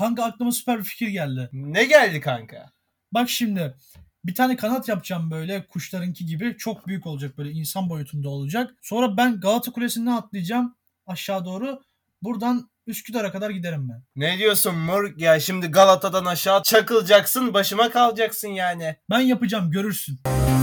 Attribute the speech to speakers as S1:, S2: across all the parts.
S1: Kanka aklıma süper bir fikir geldi.
S2: Ne geldi kanka?
S1: Bak şimdi bir tane kanat yapacağım böyle kuşlarınki gibi. Çok büyük olacak, böyle insan boyutunda olacak. Sonra ben Galata Kulesi'nden atlayacağım aşağı doğru. Buradan Üsküdar'a kadar giderim ben.
S2: Ne diyorsun moruk ya, şimdi Galata'dan aşağı çakılacaksın, başıma kalacaksın yani.
S1: Ben yapacağım, görürsün.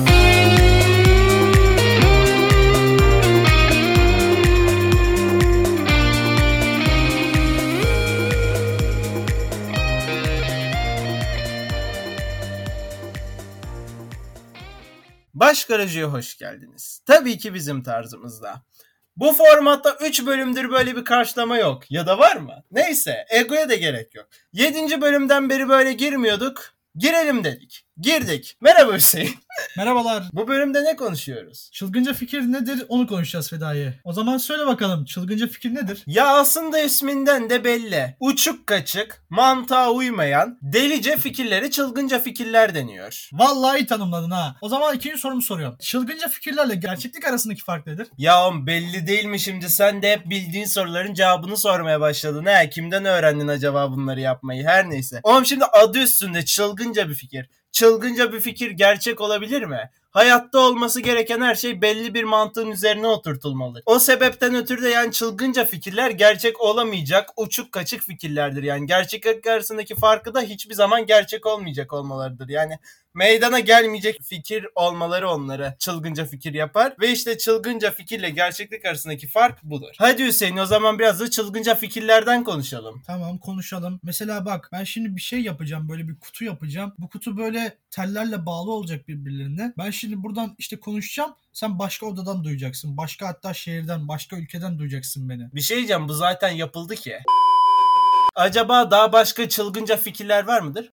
S2: Baş Garajı'ya hoş geldiniz. Tabii ki bizim tarzımızda. Bu formatta 3 bölümdür böyle bir karşılama yok. Ya da var mı? Neyse, egoya da gerek yok. 7. bölümden beri böyle girmiyorduk. Girelim dedik. Girdik. Merhaba Hüseyin.
S1: Merhabalar.
S2: Bu bölümde ne konuşuyoruz?
S1: Çılgınca fikir nedir onu konuşacağız Fedai. O zaman söyle bakalım, çılgınca fikir nedir?
S2: Ya aslında isminden de belli. Uçuk kaçık, mantığa uymayan, delice fikirleri çılgınca fikirler deniyor.
S1: Vallahi iyi tanımladın ha. O zaman ikinci sorumu soruyorum. Çılgınca fikirlerle gerçeklik arasındaki fark nedir?
S2: Ya oğlum belli değil mi şimdi? Sen de hep bildiğin soruların cevabını sormaya başladın. He, kimden öğrendin acaba bunları yapmayı? Her neyse. Oğlum şimdi adı üstünde çılgınca bir fikir. Çılgınca bir fikir gerçek olabilir mi? Hayatta olması gereken her şey belli bir mantığın üzerine oturtulmalı. O sebepten ötürü de yani çılgınca fikirler gerçek olamayacak uçuk kaçık fikirlerdir. Yani gerçeklik arasındaki farkı da hiçbir zaman gerçek olmayacak olmalarıdır. Yani meydana gelmeyecek fikir olmaları onları çılgınca fikir yapar. Ve işte çılgınca fikirle gerçeklik arasındaki fark budur. Hadi Hüseyin, o zaman biraz da çılgınca fikirlerden konuşalım.
S1: Tamam, konuşalım. Mesela bak, ben şimdi bir şey yapacağım, böyle bir kutu yapacağım. Bu kutu böyle tellerle bağlı olacak birbirlerine. Ben şimdi buradan işte konuşacağım. Sen başka odadan duyacaksın. Başka, hatta şehirden, başka ülkeden duyacaksın beni.
S2: Bir şey diyeceğim, bu zaten yapıldı ki. Acaba daha başka çılgınca fikirler var mıdır?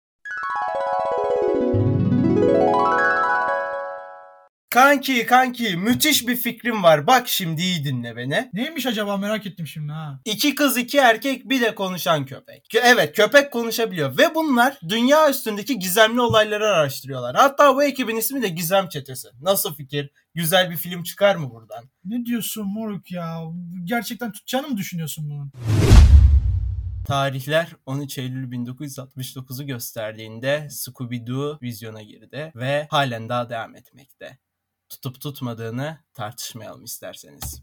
S2: Kanki müthiş bir fikrim var. Bak şimdi iyi dinle beni.
S1: Neymiş acaba, merak ettim şimdi ha.
S2: 2 kız 2 erkek bir de konuşan köpek. Evet, köpek konuşabiliyor ve bunlar dünya üstündeki gizemli olayları araştırıyorlar. Hatta bu ekibin ismi de Gizem Çetesi. Nasıl fikir? Güzel bir film çıkar mı buradan?
S1: Ne diyorsun moruk ya? Gerçekten tutacağını mı düşünüyorsun bunu?
S2: Tarihler 13 Eylül 1969'u gösterdiğinde Scooby-Doo vizyona girdi ve halen daha devam etmekte. Tutup tutmadığını tartışmayalım isterseniz.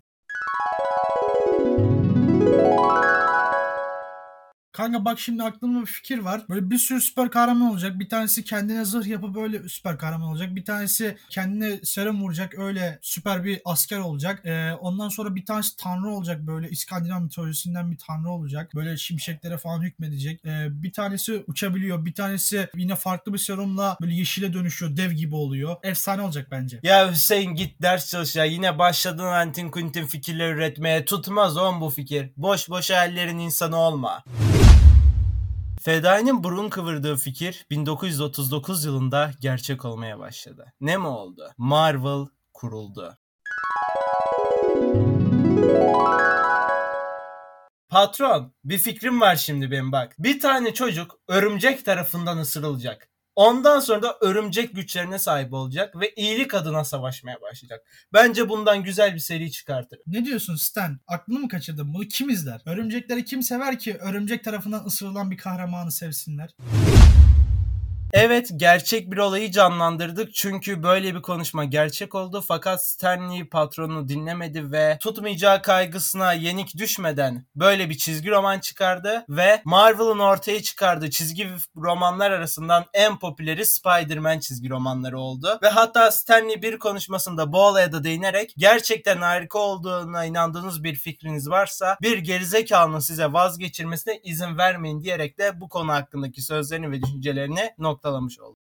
S1: Kanka bak, şimdi aklımda bir fikir var. Böyle bir sürü süper kahraman olacak. Bir tanesi kendine zırh yapıp böyle süper kahraman olacak. Bir tanesi kendine serum vuracak, öyle süper bir asker olacak. Ondan sonra bir tanesi tanrı olacak, böyle İskandinav mitolojisinden bir tanrı olacak. Böyle şimşeklere falan hükmedecek. Bir tanesi uçabiliyor. Bir tanesi yine farklı bir serumla böyle yeşile dönüşüyor. Dev gibi oluyor. Efsane olacak bence.
S2: Ya Hüseyin, git ders çalış ya. Yine başladın antin kuntin fikirler üretmeye. Tutmaz oğlum bu fikir. Boş boş hayallerin insanı olma. Fedai'nin burun kıvırdığı fikir 1939 yılında gerçek olmaya başladı. Ne mi oldu? Marvel kuruldu. Patron, bir fikrim var şimdi benim bak. Bir tane çocuk örümcek tarafından ısırılacak. Ondan sonra da örümcek güçlerine sahip olacak ve iyilik adına savaşmaya başlayacak. Bence bundan güzel bir seri çıkartır.
S1: Ne diyorsun Stan? Aklını mı kaçırdın? Bunu kim izler? Örümcekleri kim sever ki örümcek tarafından ısırılan bir kahramanı sevsinler?
S2: Evet, gerçek bir olayı canlandırdık çünkü böyle bir konuşma gerçek oldu, fakat Stan Lee patronu dinlemedi ve tutmayacağı kaygısına yenik düşmeden böyle bir çizgi roman çıkardı ve Marvel'ın ortaya çıkardığı çizgi romanlar arasından en popüleri Spider-Man çizgi romanları oldu ve hatta Stan Lee bir konuşmasında bu olaya da değinerek gerçekten harika olduğuna inandığınız bir fikriniz varsa bir gerizekalının size vazgeçirmesine izin vermeyin diyerek de bu konu hakkındaki sözlerini ve düşüncelerini noktalamış oldu.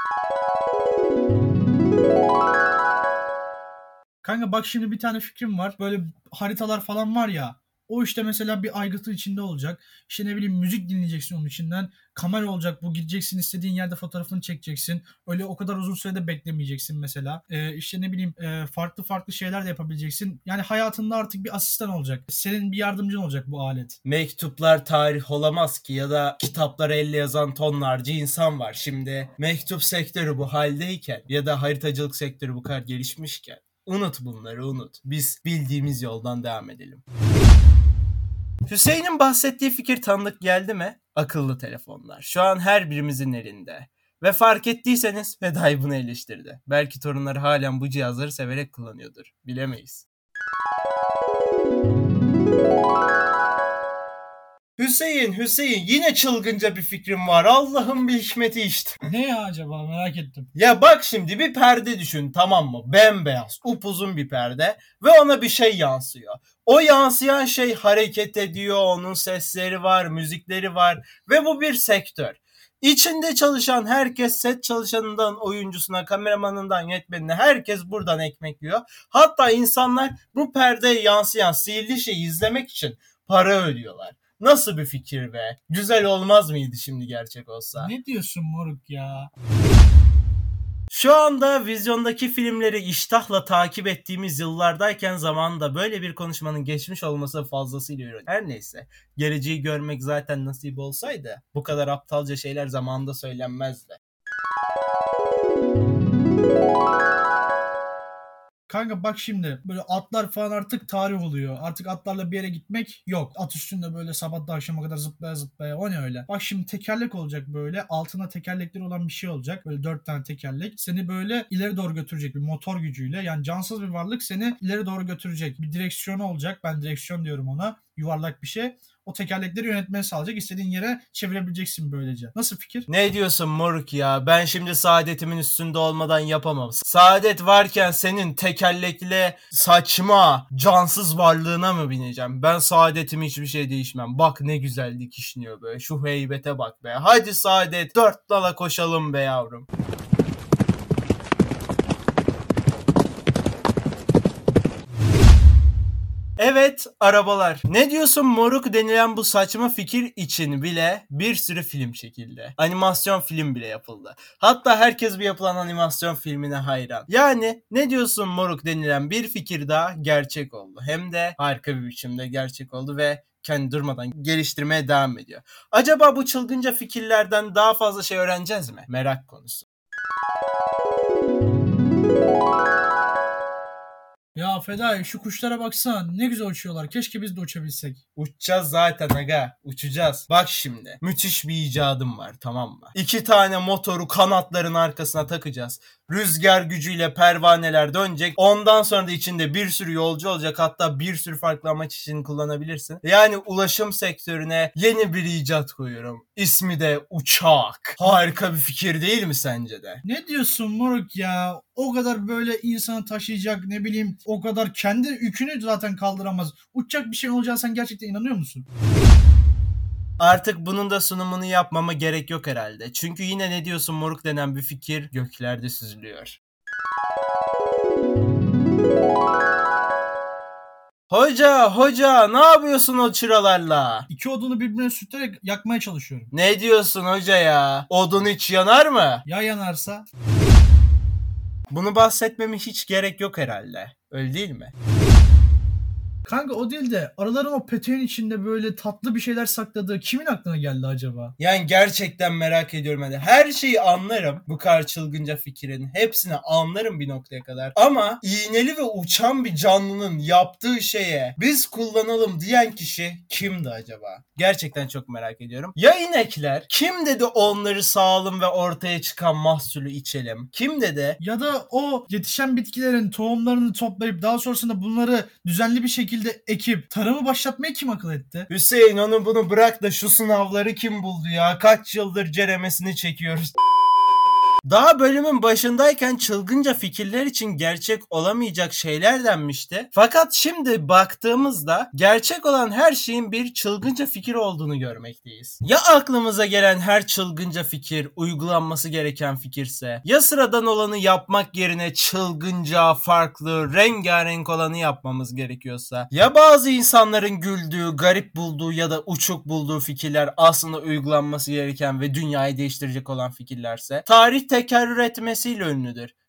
S1: Kanka bak, şimdi bir tane fikrim var. Böyle haritalar falan var ya. O işte mesela bir aygıtın içinde olacak. İşte ne bileyim, müzik dinleyeceksin onun içinden. Kamera olacak, bu gideceksin istediğin yerde fotoğrafını çekeceksin. Öyle o kadar uzun sürede beklemeyeceksin mesela. İşte ne bileyim, farklı farklı şeyler de yapabileceksin. Yani hayatında artık bir asistan olacak. Senin bir yardımcın olacak bu alet.
S2: Mektuplar tarih olamaz ki, ya da kitapları elle yazan tonlarca insan var. Şimdi mektup sektörü bu haldeyken ya da haritacılık sektörü bu kadar gelişmişken unut bunları, unut. Biz bildiğimiz yoldan devam edelim. Hüseyin'in bahsettiği fikir tanıdık geldi mi? Akıllı telefonlar. Şu an her birimizin elinde. Ve fark ettiyseniz Fedai bunu eleştirdi. Belki torunları halen bu cihazları severek kullanıyordur. Bilemeyiz. Hüseyin yine çılgınca bir fikrim var. Allah'ın bir hikmeti işte.
S1: Ne ya acaba, merak ettim.
S2: Ya bak şimdi bir perde düşün, tamam mı? Bembeyaz, upuzun bir perde ve ona bir şey yansıyor. O yansıyan şey hareket ediyor, onun sesleri var, müzikleri var ve bu bir sektör. İçinde çalışan herkes, set çalışanından oyuncusuna, kameramanından yönetmenine, herkes buradan ekmek yiyor. Hatta insanlar bu perdeye yansıyan sihirli şeyi izlemek için para ödüyorlar. Nasıl bir fikir be? Güzel olmaz mıydı şimdi gerçek olsa?
S1: Ne diyorsun moruk ya?
S2: Şu anda vizyondaki filmleri iştahla takip ettiğimiz yıllardayken zamanında böyle bir konuşmanın geçmiş olması fazlasıyla ironik. Her neyse, geleceği görmek zaten nasip olsaydı bu kadar aptalca şeyler zamanında söylenmezdi.
S1: Kanka bak şimdi böyle atlar falan artık tarih oluyor. Artık atlarla bir yere gitmek yok. At üstünde böyle sabahtan akşama kadar zıplaya zıplaya, o ne öyle. Bak şimdi tekerlek olacak böyle. Altına tekerlekleri olan bir şey olacak. Böyle 4 tane tekerlek. Seni böyle ileri doğru götürecek bir motor gücüyle. Yani cansız bir varlık seni ileri doğru götürecek. Bir direksiyonu olacak. Ben direksiyon diyorum ona. Yuvarlak bir şey. O tekerlekleri yönetmeni sağlayacak. İstediğin yere çevirebileceksin böylece. Nasıl fikir?
S2: Ne diyorsun moruk ya? Ben şimdi saadetimin üstünde olmadan yapamam. Saadet varken senin tekerlekli saçma cansız varlığına mı bineceğim? Ben saadetimi hiçbir şey değişmem. Bak ne güzel dikişniyor böyle. Şu heybete bak be. Hadi Saadet, 4 dala koşalım be yavrum. Evet, arabalar. Ne diyorsun moruk denilen bu saçma fikir için bile bir sürü film çekildi. Animasyon film bile yapıldı. Hatta herkes bir yapılan animasyon filmine hayran. Yani ne diyorsun moruk denilen bir fikir daha gerçek oldu. Hem de harika bir biçimde gerçek oldu ve kendi durmadan geliştirmeye devam ediyor. Acaba bu çılgınca fikirlerden daha fazla şey öğreneceğiz mi? Merak konusu.
S1: Ya Fedai, şu kuşlara baksana, ne güzel uçuyorlar. Keşke biz de uçabilsek.
S2: Uçacağız zaten aga. Uçacağız. Bak şimdi. Müthiş bir icadım var, tamam mı? 2 tane motoru kanatların arkasına takacağız. Rüzgar gücüyle pervaneler dönecek. Ondan sonra da içinde bir sürü yolcu olacak. Hatta bir sürü farklı amaç için kullanabilirsin. Yani ulaşım sektörüne yeni bir icat koyuyorum. İsmi de uçak. Harika bir fikir değil mi sence de?
S1: Ne diyorsun moruk ya? O kadar böyle insanı taşıyacak, ne bileyim, o kadar kendi yükünü zaten kaldıramaz. Uçacak bir şey olacağına sen gerçekten inanıyor musun?
S2: Artık bunun da sunumunu yapmama gerek yok herhalde. Çünkü yine ne diyorsun moruk denen bir fikir göklerde süzülüyor. Hoca ne yapıyorsun o çıralarla?
S1: 2 odunu birbirine sürterek yakmaya çalışıyorum.
S2: Ne diyorsun hoca ya? Odun hiç yanar mı?
S1: Ya yanarsa?
S2: Bunu bahsetmeme hiç gerek yok herhalde. Öyle değil mi?
S1: Kanka o değil de araların o peteğin içinde böyle tatlı bir şeyler sakladığı kimin aklına geldi acaba?
S2: Yani gerçekten merak ediyorum hadi. Her şeyi anlarım bu kadar çılgınca fikrin. Hepsini anlarım bir noktaya kadar. Ama iğneli ve uçan bir canlının yaptığı şeye biz kullanalım diyen kişi kimdi acaba? Gerçekten çok merak ediyorum. Ya inekler? Kim dedi onları sağalım ve ortaya çıkan mahsulü içelim? Kim dedi?
S1: Ya da o yetişen bitkilerin tohumlarını toplayıp daha sonrasında bunları düzenli bir şekilde ekip tarımı başlatmayı kim akıl etti?
S2: Hüseyin onu bunu bırak da şu sınavları kim buldu ya? Kaç yıldır ceremesini çekiyoruz. Daha bölümün başındayken çılgınca fikirler için gerçek olamayacak şeyler denmişti. Fakat şimdi baktığımızda gerçek olan her şeyin bir çılgınca fikir olduğunu görmekteyiz. Ya aklımıza gelen her çılgınca fikir uygulanması gereken fikirse, ya sıradan olanı yapmak yerine çılgınca, farklı, rengarenk olanı yapmamız gerekiyorsa, ya bazı insanların güldüğü, garip bulduğu ya da uçuk bulduğu fikirler aslında uygulanması gereken ve dünyayı değiştirecek olan fikirlerse, tarih tekerrür etmesiyle ünlüdür.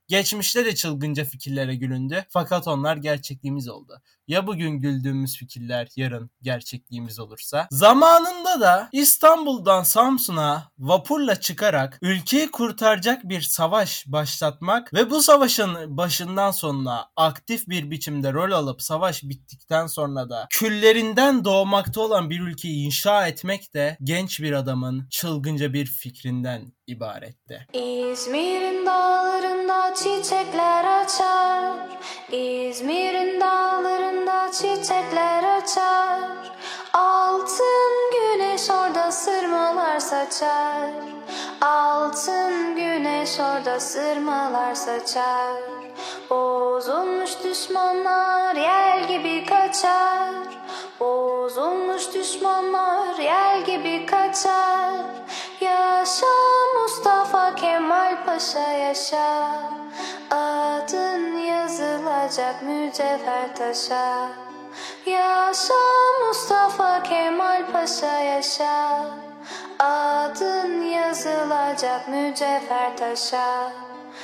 S2: Geçmişte de çılgınca fikirlere gülündü fakat onlar gerçekliğimiz oldu. Ya bugün güldüğümüz fikirler yarın gerçekliğimiz olursa? Zamanında da İstanbul'dan Samsun'a vapurla çıkarak ülkeyi kurtaracak bir savaş başlatmak ve bu savaşın başından sonuna aktif bir biçimde rol alıp savaş bittikten sonra da küllerinden doğmakta olan bir ülkeyi inşa etmek de genç bir adamın çılgınca bir fikrinden ibaretti.
S3: İzmir'in dağlarında çiçekler açar, İzmir'in dağlarında çiçekler açar, altın güneş orada sırmalar saçar, altın güneş orada sırmalar saçar. Bozulmuş düşmanlar yel gibi kaçar, bozulmuş düşmanlar yel gibi kaçar. Yaşa Mustafa Kemal Paşa yaşa, adın yazılacak mücevher taşa. Yaşa Mustafa Kemal Paşa yaşa, adın yazılacak mücevher taşa.